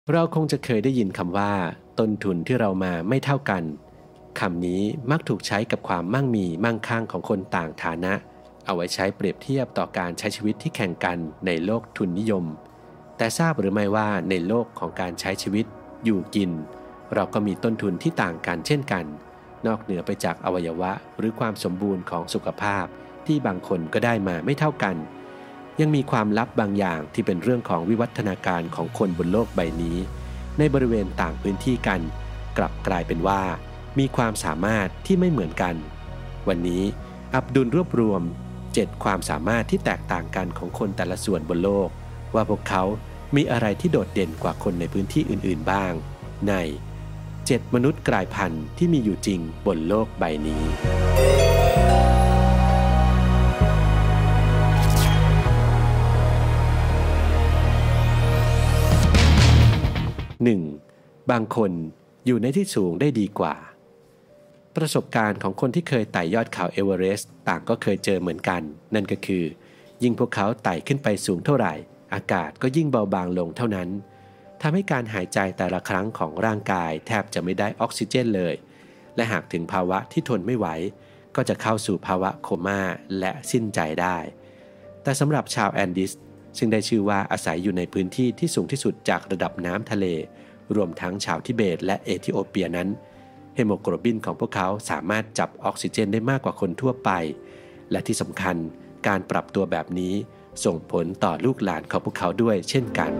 เราคงจะเคยได้ยินคำว่าต้นทุนที่เรามาไม่เท่ากันคำนี้มักถูกใช้กับความมั่งมีมั่งคั่งของคนต่างฐานะเอาไว้ใช้เปรียบเทียบต่อการใช้ชีวิตที่แข่งกันในโลกทุนนิยมแต่ทราบหรือไม่ว่าในโลกของการใช้ชีวิตอยู่กินเราก็มีต้นทุนที่ต่างกันเช่นกันนอกเหนือไปจากอวัยวะหรือความสมบูรณ์ของสุขภาพที่บางคนก็ได้มาไม่เท่ากันยังมีความลับบางอย่างที่เป็นเรื่องของวิวัฒนาการของคนบนโลกใบนี้ในบริเวณต่างพื้นที่กันกลับกลายเป็นว่ามีความสามารถที่ไม่เหมือนกันวันนี้อับดุลรวบรวม7ความสามารถที่แตกต่างกันของคนแต่ละส่วนบนโลกว่าพวกเขามีอะไรที่โดดเด่นกว่าคนในพื้นที่อื่นๆบ้างใน7มนุษย์กลายพันธุ์ที่มีอยู่จริงบนโลกใบนี้ 1. บางคนอยู่ในที่สูงได้ดีกว่าประสบการณ์ของคนที่เคยไต่ยอดเขาเอเวอเรสต์ต่างก็เคยเจอเหมือนกันนั่นก็คือยิ่งพวกเขาไต่ขึ้นไปสูงเท่าไหร่อากาศก็ยิ่งเบาบางลงเท่านั้นทำให้การหายใจแต่ละครั้งของร่างกายแทบจะไม่ได้ออกซิเจนเลยและหากถึงภาวะที่ทนไม่ไหวก็จะเข้าสู่ภาวะโคม่าและสิ้นใจได้แต่สำหรับชาวแอนดิสซึ่งได้ชื่อว่าอาศัยอยู่ในพื้นที่ที่สูงที่สุดจากระดับน้ำทะเลรวมทั้งชาวทิเบตและเอธิโอเปียนั้นเฮโมโกลบินของพวกเขาสามารถจับออกซิเจนได้มากกว่าคนทั่วไปและที่สำคัญการปรับตัวแบบนี้ส่งผลต่อลูกหลานของพวกเขาด้วยเช่นกัน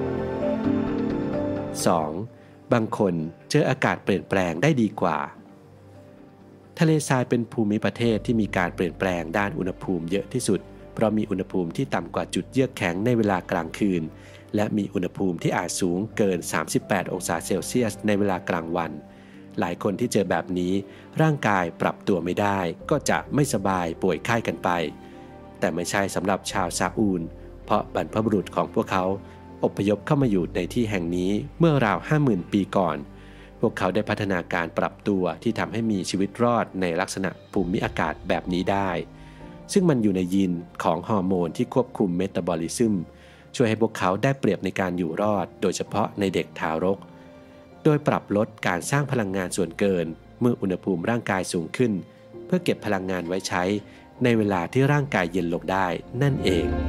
2. บางคนเจออากาศเปลี่ยนแปลงได้ดีกว่าทะเลทรายเป็นภูมิประเทศที่มีการเปลี่ยนแปลงด้านอุณหภูมิเยอะที่สุดเพราะมีอุณหภูมิที่ต่ำกว่าจุดเยือกแข็งในเวลากลางคืนและมีอุณหภูมิที่อาจสูงเกิน38องศาเซลเซียสในเวลากลางวันหลายคนที่เจอแบบนี้ร่างกายปรับตัวไม่ได้ก็จะไม่สบายป่วยไข้กันไปแต่ไม่ใช่สำหรับชาวซาอูลเพราะบรรพบุรุษของพวกเขาอพยพเข้ามาอยู่ในที่แห่งนี้เมื่อราว 50,000 ปีก่อนพวกเขาได้พัฒนาการปรับตัวที่ทำให้มีชีวิตรอดในลักษณะภูมิอากาศแบบนี้ได้ซึ่งมันอยู่ในยีนของฮอร์โมนที่ควบคุมเมตาบอลิซึมช่วยให้พวกเขาได้เปรียบในการอยู่รอดโดยเฉพาะในเด็กทารกโดยปรับลดการสร้างพลังงานส่วนเกินเมื่ออุณหภูมิร่างกายสูงขึ้นเพื่อเก็บพลังงานไว้ใช้ในเวลาที่ร่างกายเย็นลงได้นั่นเอง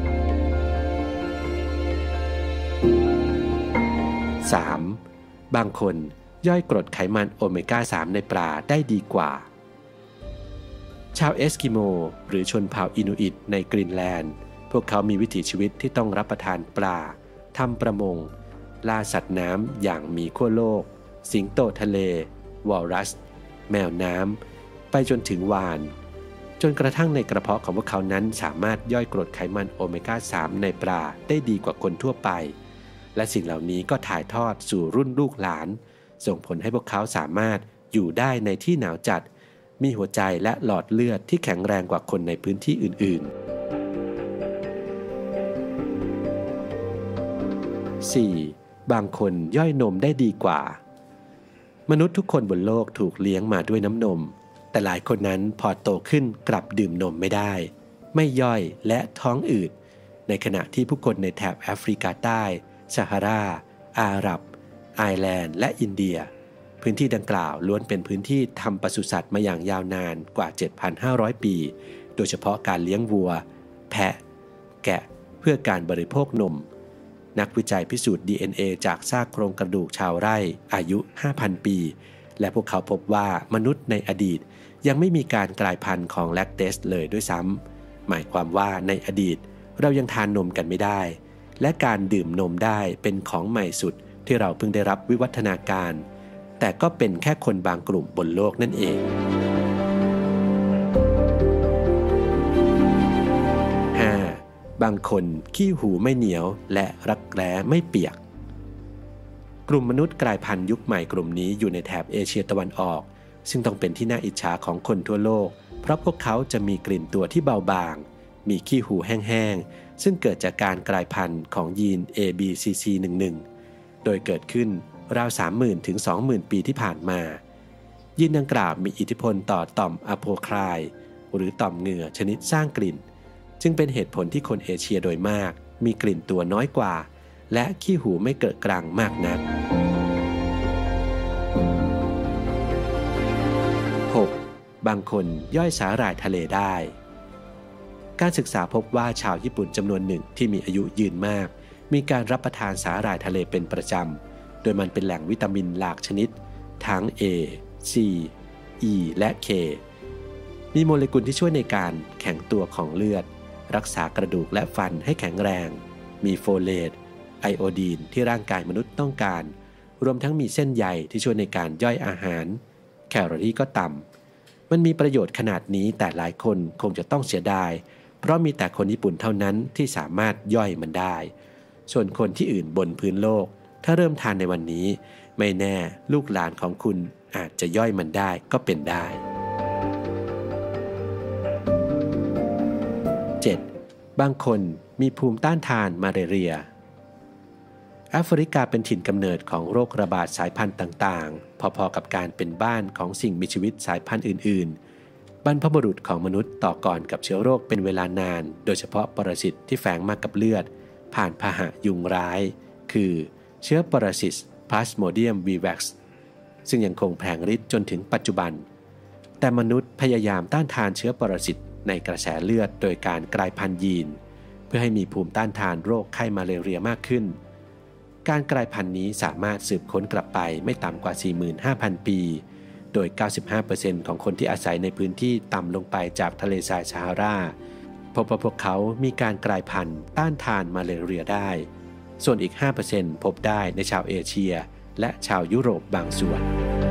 3. บางคนย่อยกรดไขมันโอเมก้า 3 ในปลาได้ดีกว่าชาวเอสกิโมหรือชนเผ่าอินูอิตในกรีนแลนด์พวกเขามีวิถีชีวิตที่ต้องรับประทานปลาทำประมงล่าสัตว์น้ำอย่างหมีขั้วโลกสิงโตทะเลวอลรัสแมวน้ำไปจนถึงวาฬจนกระทั่งในกระเพาะของพวกเขานั้นสามารถย่อยกรดไขมันโอเมก้า 3 ในปลาได้ดีกว่าคนทั่วไปและสิ่งเหล่านี้ก็ถ่ายทอดสู่รุ่นลูกหลานส่งผลให้พวกเขาสามารถอยู่ได้ในที่หนาวจัดมีหัวใจและหลอดเลือดที่แข็งแรงกว่าคนในพื้นที่อื่นๆ 4. บางคนย่อยนมได้ดีกว่ามนุษย์ทุกคนบนโลกถูกเลี้ยงมาด้วยน้ำนมแต่หลายคนนั้นพอโตขึ้นกลับดื่มนมไม่ได้ไม่ย่อยและท้องอืดในขณะที่ผู้คนในแถบแอฟริกาใต้ซาฮาราอาหรับไอร์แลนด์และอินเดียพื้นที่ดังกล่าวล้วนเป็นพื้นที่ทำปศุสัตว์มาอย่างยาวนานกว่า 7,500 ปีโดยเฉพาะการเลี้ยงวัวแพะแกะเพื่อการบริโภคนมนักวิจัยพิสูจน์ DNA จากซากโครงกระดูกชาวไร่อายุ 5,000 ปีและพวกเขาพบว่ามนุษย์ในอดีตยังไม่มีการกลายพันธุ์ของแลคเตสเลยด้วยซ้ำหมายความว่าในอดีตเรายังทานนมกันไม่ได้และการดื่มนมได้เป็นของใหม่สุดที่เราเพิ่งได้รับวิวัฒนาการแต่ก็เป็นแค่คนบางกลุ่มบนโลกนั่นเอง 5. บางคนขี้หูไม่เหนียวและรักแร้ไม่เปียกกลุ่มมนุษย์กลายพันธุ์ยุคใหม่กลุ่มนี้อยู่ในแถบเอเชียตะวันออกซึ่งต้องเป็นที่น่าอิจฉาของคนทั่วโลกเพราะพวกเขาจะมีกลิ่นตัวที่เบาบางมีขี้หูแห้งๆซึ่งเกิดจากการกลายพันธุ์ของยีน ABCC11 โดยเกิดขึ้นราว 30,000 ถึง 20,000 ปีที่ผ่านมายีนดังกล่าวมีอิทธิพลต่อต่อมอะโพไคลหรือต่อมเหงื่อชนิดสร้างกลิ่นจึงเป็นเหตุผลที่คนเอเชียโดยมากมีกลิ่นตัวน้อยกว่าและขี้หูไม่เกิดกลางมากนัก 6. บางคนย่อยสาหร่ายทะเลได้การศึกษาพบว่าชาวญี่ปุ่นจำนวนหนึ่งที่มีอายุยืนมากมีการรับประทานสาหร่ายทะเลเป็นประจำโดยมันเป็นแหล่งวิตามินหลากชนิดทั้ง A, C, E และ K มีโมเลกุลที่ช่วยในการแข็งตัวของเลือดรักษากระดูกและฟันให้แข็งแรงมีโฟเลตไอโอดีนที่ร่างกายมนุษย์ต้องการรวมทั้งมีเส้นใยที่ช่วยในการย่อยอาหารแคลอรี่ก็ต่ำมันมีประโยชน์ขนาดนี้แต่หลายคนคงจะต้องเสียดายเพราะมีแต่คนญี่ปุ่นเท่านั้นที่สามารถย่อยมันได้ส่วนคนที่อื่นบนพื้นโลกถ้าเริ่มทานในวันนี้ไม่แน่ลูกหลานของคุณอาจจะย่อยมันได้ก็เป็นได้ 7. บางคนมีภูมิต้านทานมาลาเรียแอฟริกาเป็นถิ่นกำเนิดของโรคระบาดสายพันธุ์ต่างๆพอๆกับการเป็นบ้านของสิ่งมีชีวิตสายพันธุ์อื่นๆบรรพบุรุษของมนุษย์ต่อก่อนกับเชื้อโรคเป็นเวลานานโดยเฉพาะปรสิตที่แฝงมากับเลือดผ่านพาหะยุงร้ายคือเชื้อปรสิต Plasmodium vivax ซึ่งยังคงแผลงฤทธิ์จนถึงปัจจุบันแต่มนุษย์พยายามต้านทานเชื้อปรสิตในกระแสเลือดโดยการกลายพันธุ์ยีนเพื่อให้มีภูมิต้านทานโรคไข้มาลาเรียมากขึ้นการกลายพันธุ์นี้สามารถสืบค้นกลับไปไม่ต่ำกว่า 45,000 ปีโดย 95% ของคนที่อาศัยในพื้นที่ต่ำลงไปจากทะเลทรายซาฮาราพบว่าพวกเขามีการกลายพันธุ์ต้านทานมาลาเรียได้ส่วนอีก 5% พบได้ในชาวเอเชียและชาวยุโรปบางส่วน